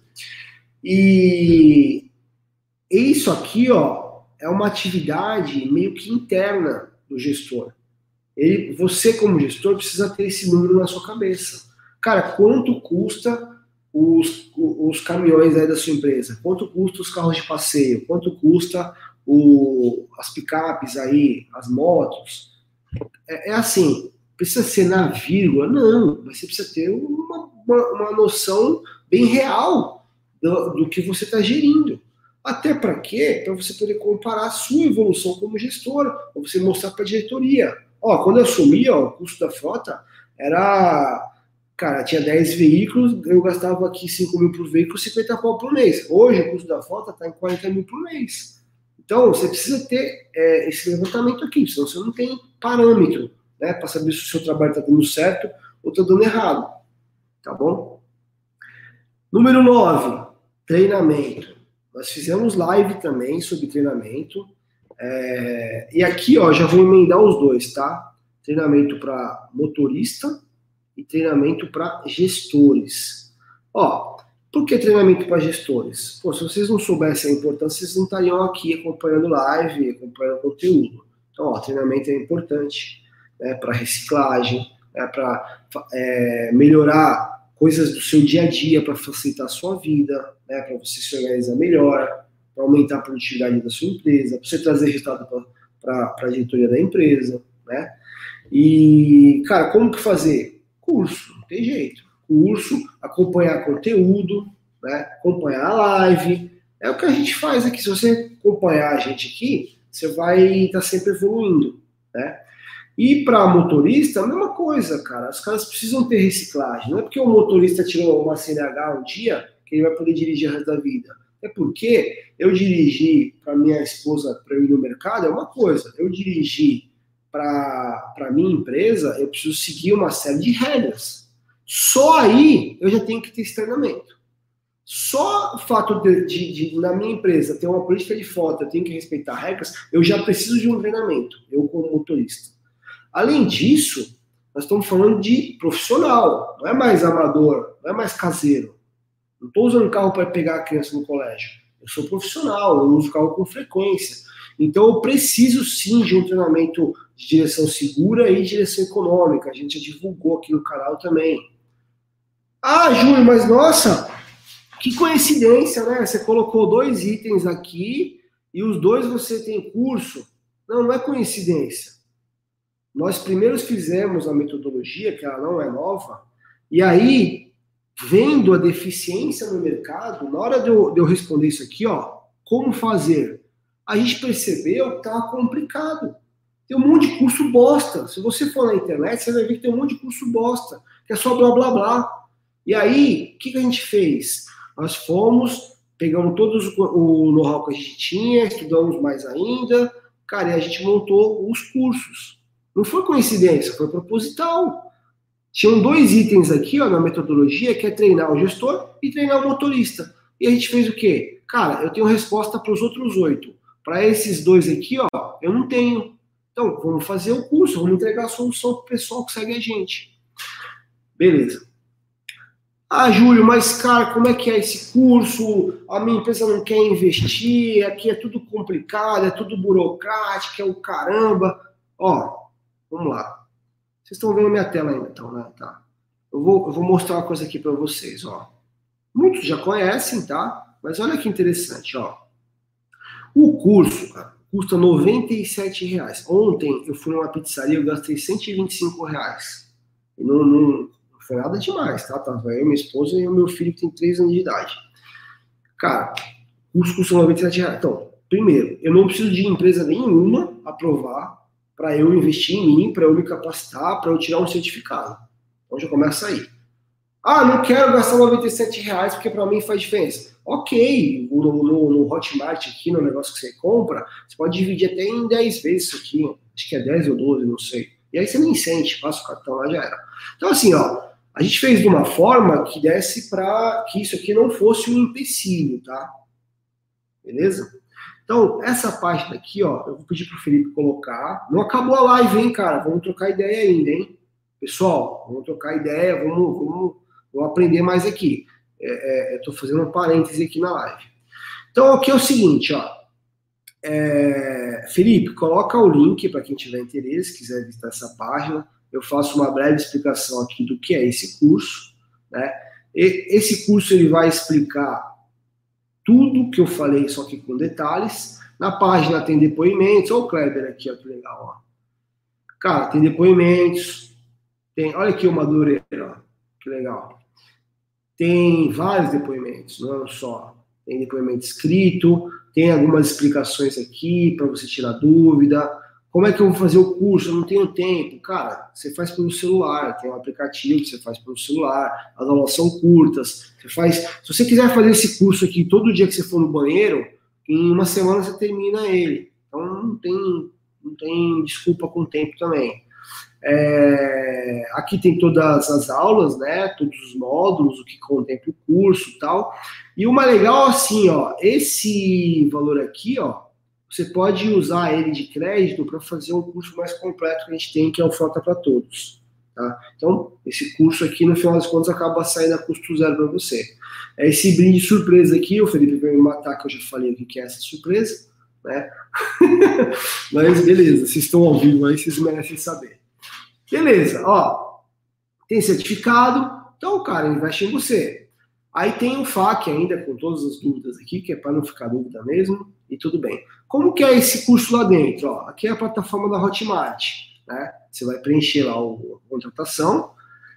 E isso aqui, ó, é uma atividade meio que interna do gestor. Ele, você, como gestor, precisa ter esse número na sua cabeça. Cara, quanto custa Os, os caminhões aí da sua empresa? Quanto custa os carros de passeio? Quanto custa o, as picapes aí, as motos? É, é assim, precisa ser na vírgula? Não, mas você precisa ter uma, uma, uma noção bem real do, do que você está gerindo. Até para quê? Para você poder comparar a sua evolução como gestor, para você mostrar para a diretoria. Ó, quando eu assumi, ó, o custo da frota era... Cara, tinha dez veículos, eu gastava aqui cinco mil por veículo, cinquenta pau por mês. Hoje, o custo da frota está em quarenta mil por mês. Então, você precisa ter é, esse levantamento aqui, senão você não tem parâmetro, né, para saber se o seu trabalho está dando certo ou está dando errado. Tá bom? Número nove, treinamento. Nós fizemos live também sobre treinamento. É, e aqui, ó, já vou emendar os dois, tá? Treinamento para motorista e treinamento para gestores. Ó, por que treinamento para gestores? Pô, se vocês não soubessem a importância, vocês não estariam aqui acompanhando live, acompanhando conteúdo. Então, ó, treinamento é importante, né, para reciclagem, né, para é, melhorar coisas do seu dia a dia, para facilitar a sua vida, né, para você se organizar melhor, para aumentar a produtividade da sua empresa, para você trazer resultado para a diretoria da empresa, né? E, cara, como que fazer? Curso, não tem jeito. Curso, acompanhar conteúdo, né? Acompanhar a live. É o que a gente faz aqui. Se você acompanhar a gente aqui, você vai estar tá sempre evoluindo, né? E para motorista, a mesma coisa, cara. Os caras precisam ter reciclagem. Não é porque o motorista tirou uma C N H um dia que ele vai poder dirigir o resto da vida. É porque eu dirigi para minha esposa para eu ir no mercado, é uma coisa. Eu dirigi para a minha empresa, eu preciso seguir uma série de regras. Só aí eu já tenho que ter esse treinamento. Só o fato de, de, de na minha empresa ter uma política de frota, eu tenho que respeitar regras, eu já preciso de um treinamento, eu como motorista. Além disso, nós estamos falando de profissional, não é mais amador, não é mais caseiro. Não estou usando carro para pegar a criança no colégio. Eu sou profissional, eu uso carro com frequência. Então eu preciso sim de um treinamento de direção segura e direção econômica. A gente já divulgou aqui no canal também. Ah, Júlio, mas nossa, que coincidência, né? Você colocou dois itens aqui e os dois você tem curso. Não, não é coincidência. Nós primeiro fizemos a metodologia, que ela não é nova, e aí, vendo a deficiência no mercado, na hora de eu, de eu responder isso aqui, ó, como fazer? A gente percebeu que estava complicado. Tem um monte de curso bosta. Se você for na internet, você vai ver que tem um monte de curso bosta, que é só blá blá blá. E aí, o que, que a gente fez? Nós fomos, pegamos todos o know-how que a gente tinha, estudamos mais ainda, cara, e a gente montou os cursos. Não foi coincidência, foi proposital. Tinham dois itens aqui, ó, na metodologia, que é treinar o gestor e treinar o motorista. E a gente fez o quê? Cara, eu tenho resposta para os outros oito. Para esses dois aqui, ó, eu não tenho. Então, vamos fazer o curso, vamos entregar a solução para o pessoal que segue a gente. Beleza. Ah, Júlio, mas, cara, como é que é esse curso? A minha empresa não quer investir, aqui é tudo complicado, é tudo burocrático, é o caramba. Ó, vamos lá. Vocês estão vendo minha tela ainda, então, né? Tá. Eu vou, eu vou mostrar uma coisa aqui para vocês, ó. Muitos já conhecem, tá? Mas olha que interessante, ó. O curso, cara, custa noventa e sete reais. Ontem eu fui numa pizzaria, eu gastei cento e vinte e cinco reais. E não, não, não foi nada demais, tá? Tava eu, minha esposa e o meu filho que tem três anos de idade. Cara, o curso custa noventa e sete reais. Então, primeiro, eu não preciso de empresa nenhuma aprovar para eu investir em mim, para eu me capacitar, para eu tirar um certificado. Então já começa aí. Ah, não quero gastar noventa e sete reais porque para mim faz diferença. Ok, no, no, no Hotmart aqui, no negócio que você compra, você pode dividir até em dez vezes isso aqui. Acho que é dez ou doze, não sei. E aí você nem sente, passa o cartão lá, já era. Então assim, ó, a gente fez de uma forma que desse para que isso aqui não fosse um empecilho, tá? Beleza? Então, essa página aqui, ó, eu vou pedir pro Felipe colocar. Não acabou a live, hein, cara? Vamos trocar ideia ainda, hein? Pessoal, vamos trocar ideia, vamos, vamos, vamos aprender mais aqui. É, é, eu tô fazendo um parêntese aqui na live. Então, aqui é o seguinte, ó. É, Felipe, coloca o link para quem tiver interesse, quiser visitar essa página. Eu faço uma breve explicação aqui do que é esse curso, né? E, esse curso ele vai explicar tudo que eu falei, só que com detalhes. Na página tem depoimentos. Olha o Kleber aqui, ó, que legal. Ó. Cara, tem depoimentos. Tem, olha aqui o Madureira, ó, que legal. Tem vários depoimentos, não é um só. Tem depoimento escrito, tem algumas explicações aqui para você tirar dúvida. Como é que eu vou fazer o curso? Eu não tenho tempo. Cara, você faz pelo celular, tem um aplicativo que você faz pelo celular, as aulas são curtas. Você faz, se você quiser fazer esse curso aqui todo dia que você for no banheiro, em uma semana você termina ele. Então não tem, não tem desculpa com o tempo também. É, aqui tem todas as aulas, né? Todos os módulos, o que contempla o curso e tal. E uma legal assim, ó, esse valor aqui, ó, você pode usar ele de crédito para fazer um curso mais completo que a gente tem, que é o Frota para Todos. Tá? Então, esse curso aqui, no final das contas, acaba saindo a custo zero para você. É esse brinde surpresa aqui, o Felipe vai me matar, que eu já falei o que é essa surpresa, né? Mas beleza, vocês estão ao vivo aí, vocês merecem saber. Beleza, ó, tem certificado, então, cara, investe em você. Aí tem o F A Q ainda, com todas as dúvidas aqui, que é para não ficar dúvida mesmo, e tudo bem. Como que é esse curso lá dentro? Ó, aqui é a plataforma da Hotmart, né? Você vai preencher lá o, a contratação,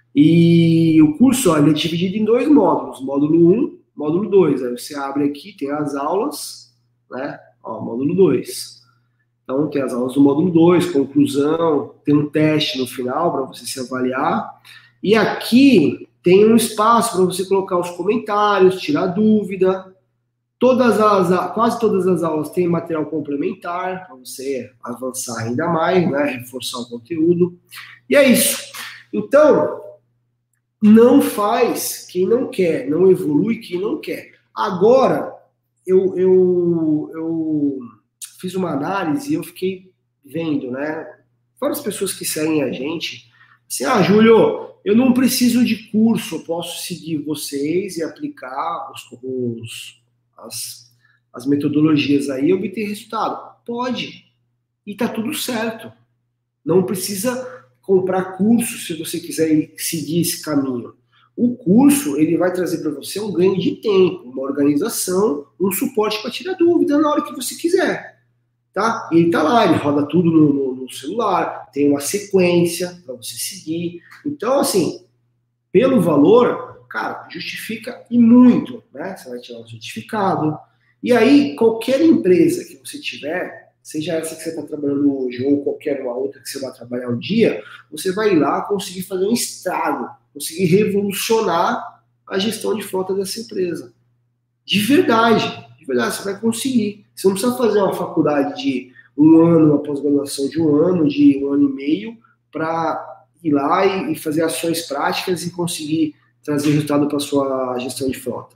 e o curso, ó, ele é dividido em dois módulos, módulo um, módulo dois. Aí você abre aqui, tem as aulas, né? Ó, módulo dois. Então, tem as aulas do módulo dois, conclusão, tem um teste no final para você se avaliar. E aqui tem um espaço para você colocar os comentários, tirar dúvida. Todas as, quase todas as aulas têm material complementar para você avançar ainda mais, né? Reforçar o conteúdo. E é isso. Então, não faz quem não quer, não evolui quem não quer. Agora, eu... eu, eu fiz uma análise e eu fiquei vendo, né? Várias pessoas que seguem a gente, assim, ah, Júlio, eu não preciso de curso, eu posso seguir vocês e aplicar os, os, as, as metodologias aí e obter resultado. Pode. E tá tudo certo. Não precisa comprar curso se você quiser seguir esse caminho. O curso, ele vai trazer para você um ganho de tempo, uma organização, um suporte para tirar dúvida na hora que você quiser. Tá? E ele tá lá, ele roda tudo no, no, no celular, tem uma sequência para você seguir. Então, assim, pelo valor, cara, justifica e muito, né? Você vai tirar um certificado. E aí, qualquer empresa que você tiver, seja essa que você está trabalhando hoje ou qualquer uma outra que você vai trabalhar um dia, você vai ir lá conseguir fazer um estrago, conseguir revolucionar a gestão de frota dessa empresa. De verdade, de verdade, você vai conseguir. Você não precisa fazer uma faculdade de um ano, uma pós-graduação de um ano, de um ano e meio, para ir lá e, e fazer ações práticas e conseguir trazer resultado para a sua gestão de frota.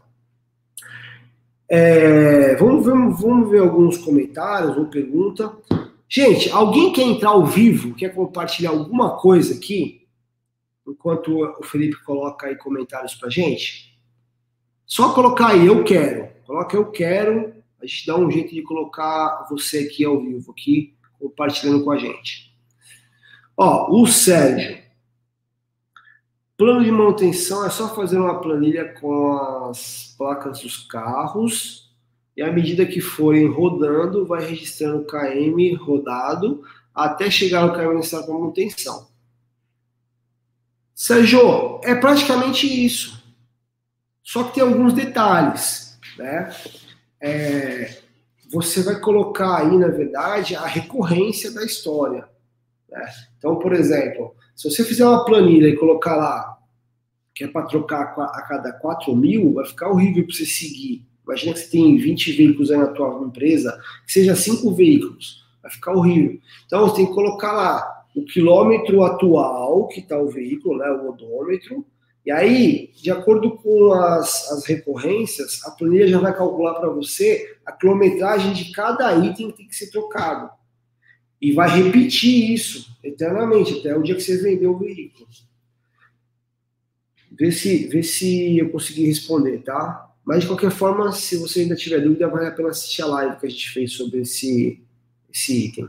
É, vamos, ver, vamos ver alguns comentários ou pergunta. Gente, alguém quer entrar ao vivo, quer compartilhar alguma coisa aqui? Enquanto o Felipe coloca aí comentários pra gente. Só colocar aí, eu quero. Coloca eu quero. A gente dá um jeito de colocar você aqui ao vivo, aqui, compartilhando com a gente. Ó, o Sérgio. Plano de manutenção é só fazer uma planilha com as placas dos carros e à medida que forem rodando, vai registrando o K M rodado até chegar ao K M necessário para manutenção. Sérgio, é praticamente isso. Só que tem alguns detalhes, né? É, você vai colocar aí, na verdade, a recorrência da história. Né? Então, por exemplo, se você fizer uma planilha e colocar lá que é para trocar a cada quatro mil, vai ficar horrível para você seguir. Imagina que você tem vinte veículos aí na tua empresa, que seja cinco veículos. Vai ficar horrível. Então, você tem que colocar lá o quilômetro atual que está o veículo, né, o odômetro. E aí, de acordo com as, as recorrências, a planilha já vai calcular para você a quilometragem de cada item que tem que ser trocado. E vai repetir isso eternamente, até o dia que você vender o veículo. Vê se, vê se eu consegui responder, tá? Mas, de qualquer forma, se você ainda tiver dúvida, vale a pena assistir a live que a gente fez sobre esse, esse item.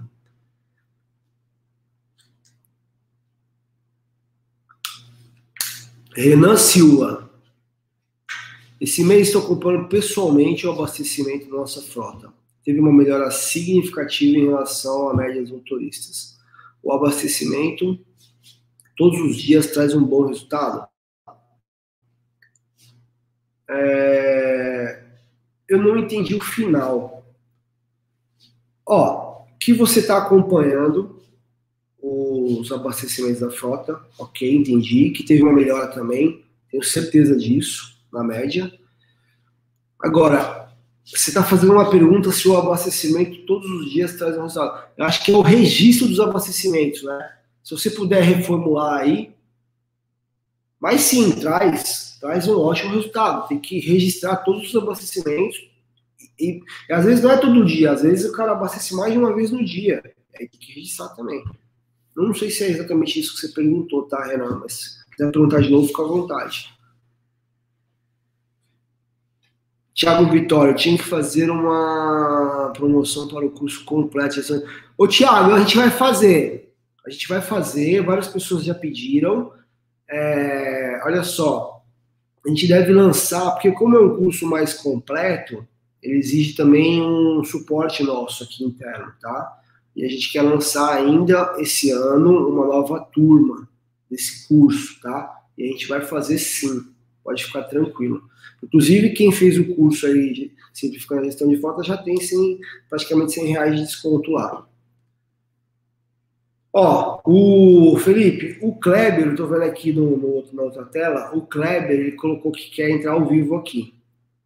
Renan Silva. Esse mês estou comprando pessoalmente o abastecimento da nossa frota. Teve uma melhora significativa em relação à média dos motoristas. O abastecimento todos os dias traz um bom resultado? É... Eu não entendi o final. Ó, que você está acompanhando os abastecimentos da frota, ok, entendi, que teve uma melhora também, tenho certeza disso, na média. Agora, você está fazendo uma pergunta se o abastecimento todos os dias traz um resultado. Eu acho que é o registro dos abastecimentos, né? Se você puder reformular aí, mas sim, traz, traz um ótimo resultado. Tem que registrar todos os abastecimentos. E, e às vezes não é todo dia, às vezes o cara abastece mais de uma vez no dia. Aí tem que registrar também. Eu não sei se é exatamente isso que você perguntou, tá, Renan? Mas se quiser perguntar de novo, fica à vontade. Tiago Vitório, tinha que fazer uma promoção para o curso completo. Ô, Tiago, a gente vai fazer. A gente vai fazer, várias pessoas já pediram. É, olha só, a gente deve lançar, porque como é um curso mais completo, ele exige também um suporte nosso aqui interno, tá? E a gente quer lançar ainda esse ano uma nova turma desse curso, tá? E a gente vai fazer sim, pode ficar tranquilo. Inclusive, quem fez o curso aí de simplificando a gestão de frota já tem cem, praticamente cem reais de desconto lá. Ó, o Felipe, o Kleber, eu tô vendo aqui no, no, na outra tela, o Kleber, ele colocou que quer entrar ao vivo aqui.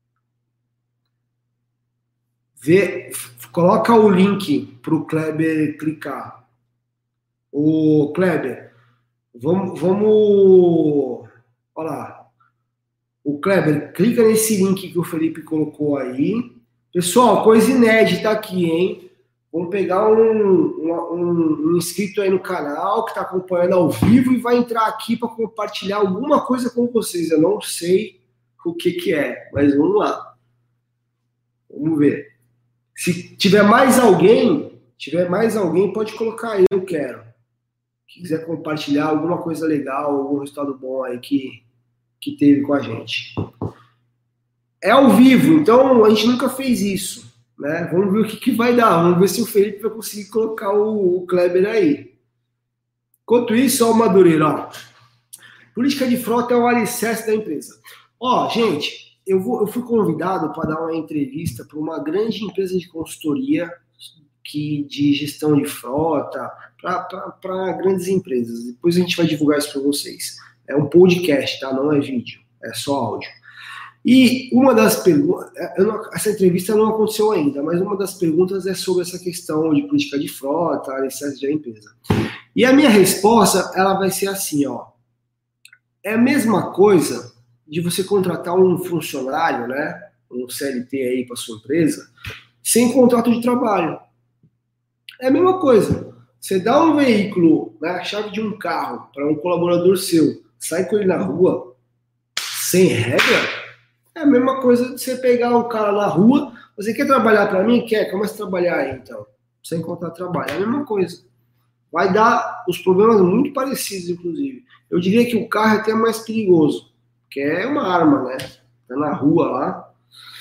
Vê, coloca o link para o Kleber clicar. O Kleber, vamos, vamos, olha lá. O Kleber, clica nesse link que o Felipe colocou aí. Pessoal, coisa inédita aqui, hein? Vamos pegar um, um, um inscrito aí no canal que está acompanhando ao vivo e vai entrar aqui para compartilhar alguma coisa com vocês. Eu não sei o que, que é, mas vamos lá. Vamos ver. Se tiver mais alguém, tiver mais alguém, pode colocar aí, eu quero. Se quiser compartilhar alguma coisa legal, algum resultado bom aí que, que teve com a gente. É ao vivo, então a gente nunca fez isso, né? Vamos ver o que, que vai dar. Vamos ver se o Felipe vai conseguir colocar o, o Kleber aí. Enquanto isso, ó, o Madureira, ó. Política de frota é o alicerce da empresa. Ó, gente, eu, vou, eu fui convidado para dar uma entrevista para uma grande empresa de consultoria que, de gestão de frota, para grandes empresas. Depois a gente vai divulgar isso para vocês. É um podcast, tá? Não é vídeo, é só áudio. E uma das perguntas, essa entrevista não aconteceu ainda, mas uma das perguntas é sobre essa questão de política de frota, alicerce da empresa. E a minha resposta, ela vai ser assim, ó. É a mesma coisa de você contratar um funcionário, né, um C L T aí para sua empresa, sem contrato de trabalho. É a mesma coisa. Você dá um veículo, né, a chave de um carro para um colaborador seu, sai com ele na rua, sem regra, é a mesma coisa de você pegar um cara na rua, você quer trabalhar para mim? Quer? Começa a trabalhar aí, então. Sem contrato de trabalho. É a mesma coisa. Vai dar os problemas muito parecidos, inclusive. Eu diria que o carro é até mais perigoso, porque é uma arma, né? Tá na rua lá.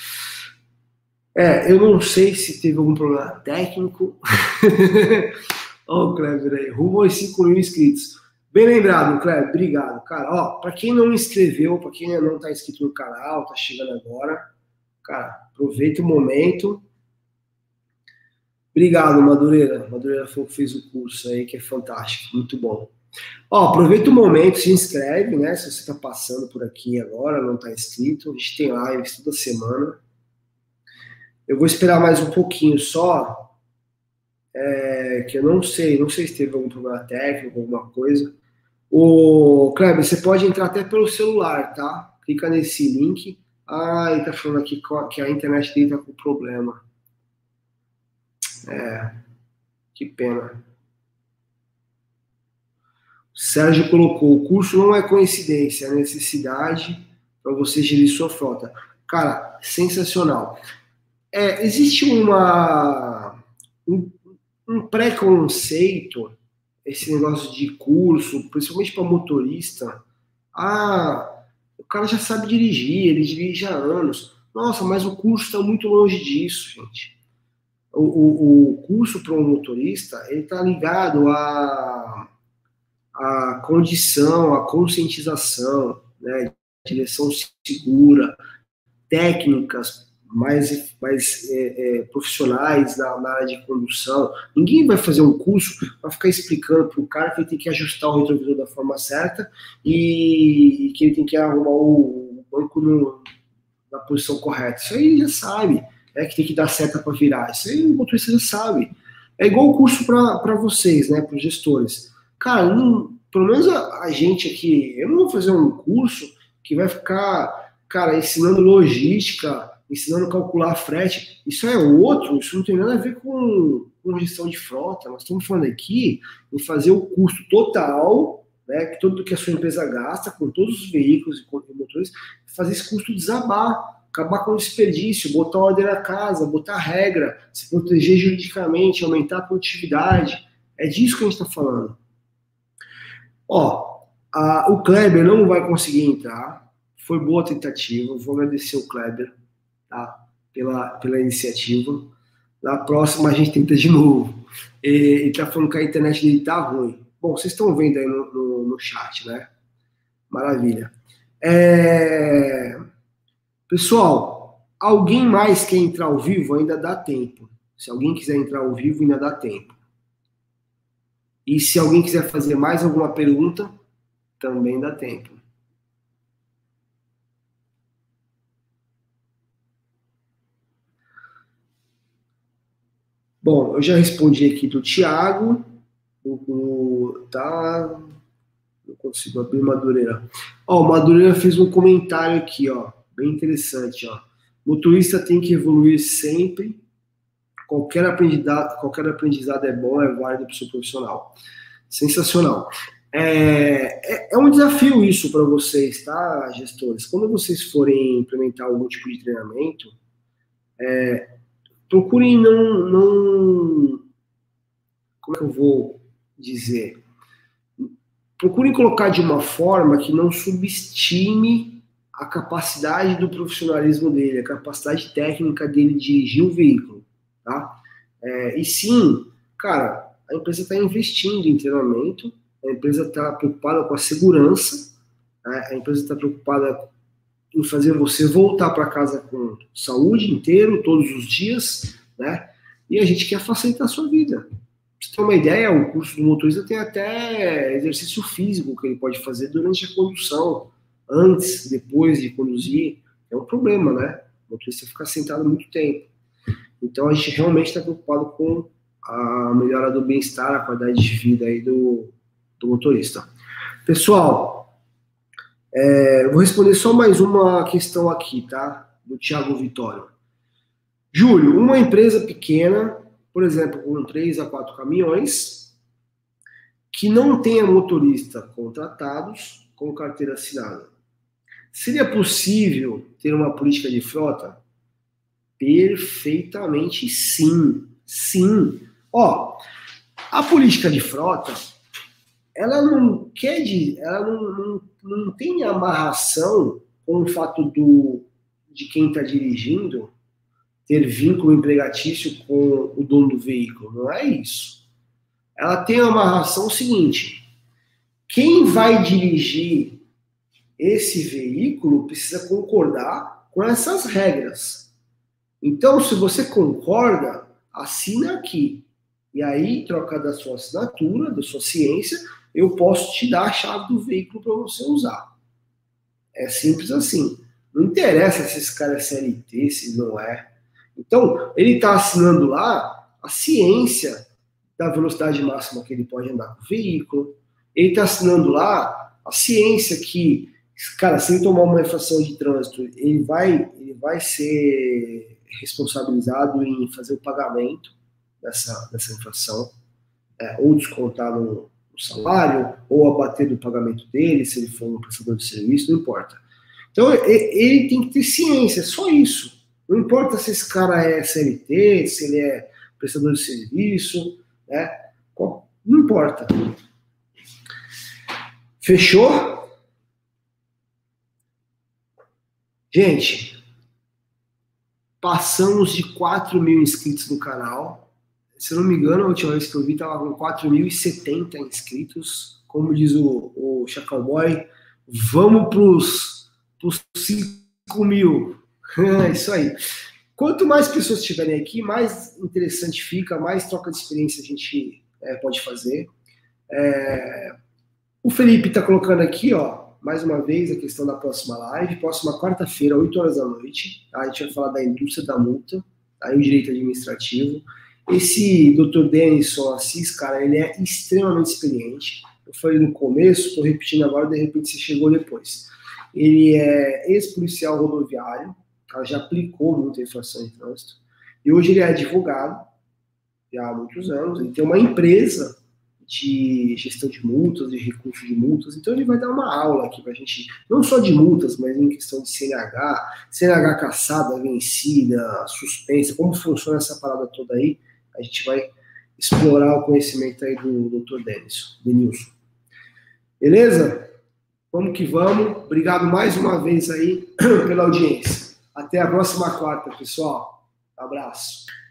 É, eu não sei se teve algum problema técnico. Olha o Kleber aí, rumo aos cinco mil inscritos. Bem lembrado, Kleber, obrigado. Cara, ó, pra quem não inscreveu, pra quem não tá inscrito no canal, tá chegando agora, cara, aproveita o momento. Obrigado, Madureira. Madureira foi que fez o curso aí, que é fantástico, muito bom. Ó, aproveita o momento, se inscreve, né? Se você tá passando por aqui agora, não tá inscrito, a gente tem lives toda semana. Eu vou esperar mais um pouquinho só, é, que eu não sei, não sei se teve algum problema técnico, alguma coisa. O Kleber, você pode entrar até pelo celular, tá? Clica nesse link. Ah, ele tá falando aqui que a internet dele tá com problema. É, que pena. O Sérgio colocou, o curso não é coincidência, é necessidade para você gerir sua frota. Cara, sensacional. É, existe uma, um, um preconceito, esse negócio de curso, principalmente para motorista. Ah, o cara já sabe dirigir, ele dirige há anos. Nossa, mas o curso está muito longe disso, gente. O, o, o curso para um motorista, ele está ligado à, à condição, à conscientização, né, direção segura, técnicas mais, mais é, é, profissionais na, na área de condução. Ninguém vai fazer um curso para ficar explicando para o cara que ele tem que ajustar o retrovisor da forma certa e, e que ele tem que arrumar o banco no, na posição correta. Isso aí ele já sabe, é que tem que dar seta para virar. Isso aí o motorista já sabe. É igual o curso para vocês, né, para os gestores. Cara, não, pelo menos a, a gente aqui, eu não vou fazer um curso que vai ficar, cara, ensinando logística, ensinando a calcular frete. Isso é outro, isso não tem nada a ver com, com gestão de frota. Nós estamos falando aqui em fazer o custo total, né, que tudo que a sua empresa gasta, com todos os veículos e motores, fazer esse custo desabar, acabar com o desperdício, botar ordem na casa, botar regra, se proteger juridicamente, aumentar a produtividade. É disso que a gente está falando. Ó, a, o Kleber não vai conseguir entrar. Foi boa a tentativa. Vou agradecer o Kleber, tá, pela, pela iniciativa. Na próxima a gente tenta de novo. Ele está falando que a internet dele tá ruim. Bom, vocês estão vendo aí no, no, no chat, né? Maravilha. É... Pessoal, alguém mais quer entrar ao vivo? Ainda dá tempo. Se alguém quiser entrar ao vivo, ainda dá tempo. E se alguém quiser fazer mais alguma pergunta, também dá tempo. Bom, eu já respondi aqui do Thiago. O, o, tá... Não consigo abrir Madureira. Ó, o Madureira fez um comentário aqui, ó. Bem interessante, ó. Motorista tem que evoluir sempre qualquer aprendizado, qualquer aprendizado é bom, é válido para o seu profissional. Sensacional. É, é, é um desafio isso para vocês, tá, gestores? Quando vocês forem implementar algum tipo de treinamento, é, procurem não, não... Como é que eu vou dizer? Procurem colocar de uma forma que não subestime a capacidade do profissionalismo dele, a capacidade técnica dele de dirigir um veículo, tá? É, e sim, cara, a empresa está investindo em treinamento, a empresa está preocupada com a segurança, né? A empresa está preocupada em fazer você voltar para casa com saúde inteiro, todos os dias, né? E a gente quer facilitar a sua vida. Pra você ter uma ideia, o curso do motorista tem até exercício físico que ele pode fazer durante a condução, antes, depois de conduzir. É um problema, né? O motorista fica sentado muito tempo. Então a gente realmente está preocupado com a melhora do bem-estar, a qualidade de vida aí do, do motorista. Pessoal, é, eu vou responder só mais uma questão aqui, tá? Do Thiago Vitório. Júlio, uma empresa pequena, por exemplo, com três a quatro caminhões, que não tenha motorista contratados com carteira assinada. Seria possível ter uma política de frota? Perfeitamente sim. Sim. Ó, a política de frota, ela não quer de, ela não, não, não tem amarração com o fato do, de quem está dirigindo ter vínculo empregatício com o dono do veículo. Não é isso. Ela tem a amarração seguinte: quem vai dirigir esse veículo precisa concordar com essas regras. Então, se você concorda, assina aqui. E aí, troca da sua assinatura, da sua ciência, eu posso te dar a chave do veículo para você usar. É simples assim. Não interessa se esse cara é C L T, se não é. Então, ele está assinando lá a ciência da velocidade máxima que ele pode andar com o veículo. Ele está assinando lá a ciência que, cara, se ele tomar uma infração de trânsito, ele vai, ele vai ser responsabilizado em fazer o pagamento dessa, dessa infração, é, ou descontar no, no salário, ou abater do pagamento dele, se ele for um prestador de serviço, não importa. Então, ele tem que ter ciência, só isso. Não importa se esse cara é C L T, se ele é prestador de serviço, né? Não importa. Fechou? Gente, passamos de quatro mil inscritos no canal. Se eu não me engano, a última vez que eu vi estava com quatro mil e setenta inscritos. Como diz o, o Chacal Boy, vamos para os cinco mil. É isso aí. Quanto mais pessoas estiverem aqui, mais interessante fica, mais troca de experiência a gente é, pode fazer. É, o Felipe está colocando aqui, ó, mais uma vez, a questão da próxima live. Próxima quarta-feira, oito horas da noite. Tá? A gente vai falar da indústria da multa, aí o direito administrativo. Esse doutor Denison Assis, cara, ele é extremamente experiente. Eu falei no começo, estou repetindo agora, de repente você chegou depois. Ele é ex-policial rodoviário, ela já aplicou muita infração em trânsito, e hoje ele é advogado, já há muitos anos, ele tem uma empresa de gestão de multas, de recursos de multas, então ele vai dar uma aula aqui pra gente, não só de multas, mas em questão de C N H, C N H cassada, vencida, suspensa, como funciona essa parada toda aí, a gente vai explorar o conhecimento aí do doutor Denison, Denilson. Beleza? Vamos que vamos, obrigado mais uma vez aí pela audiência. Até a próxima quarta, pessoal. Abraço.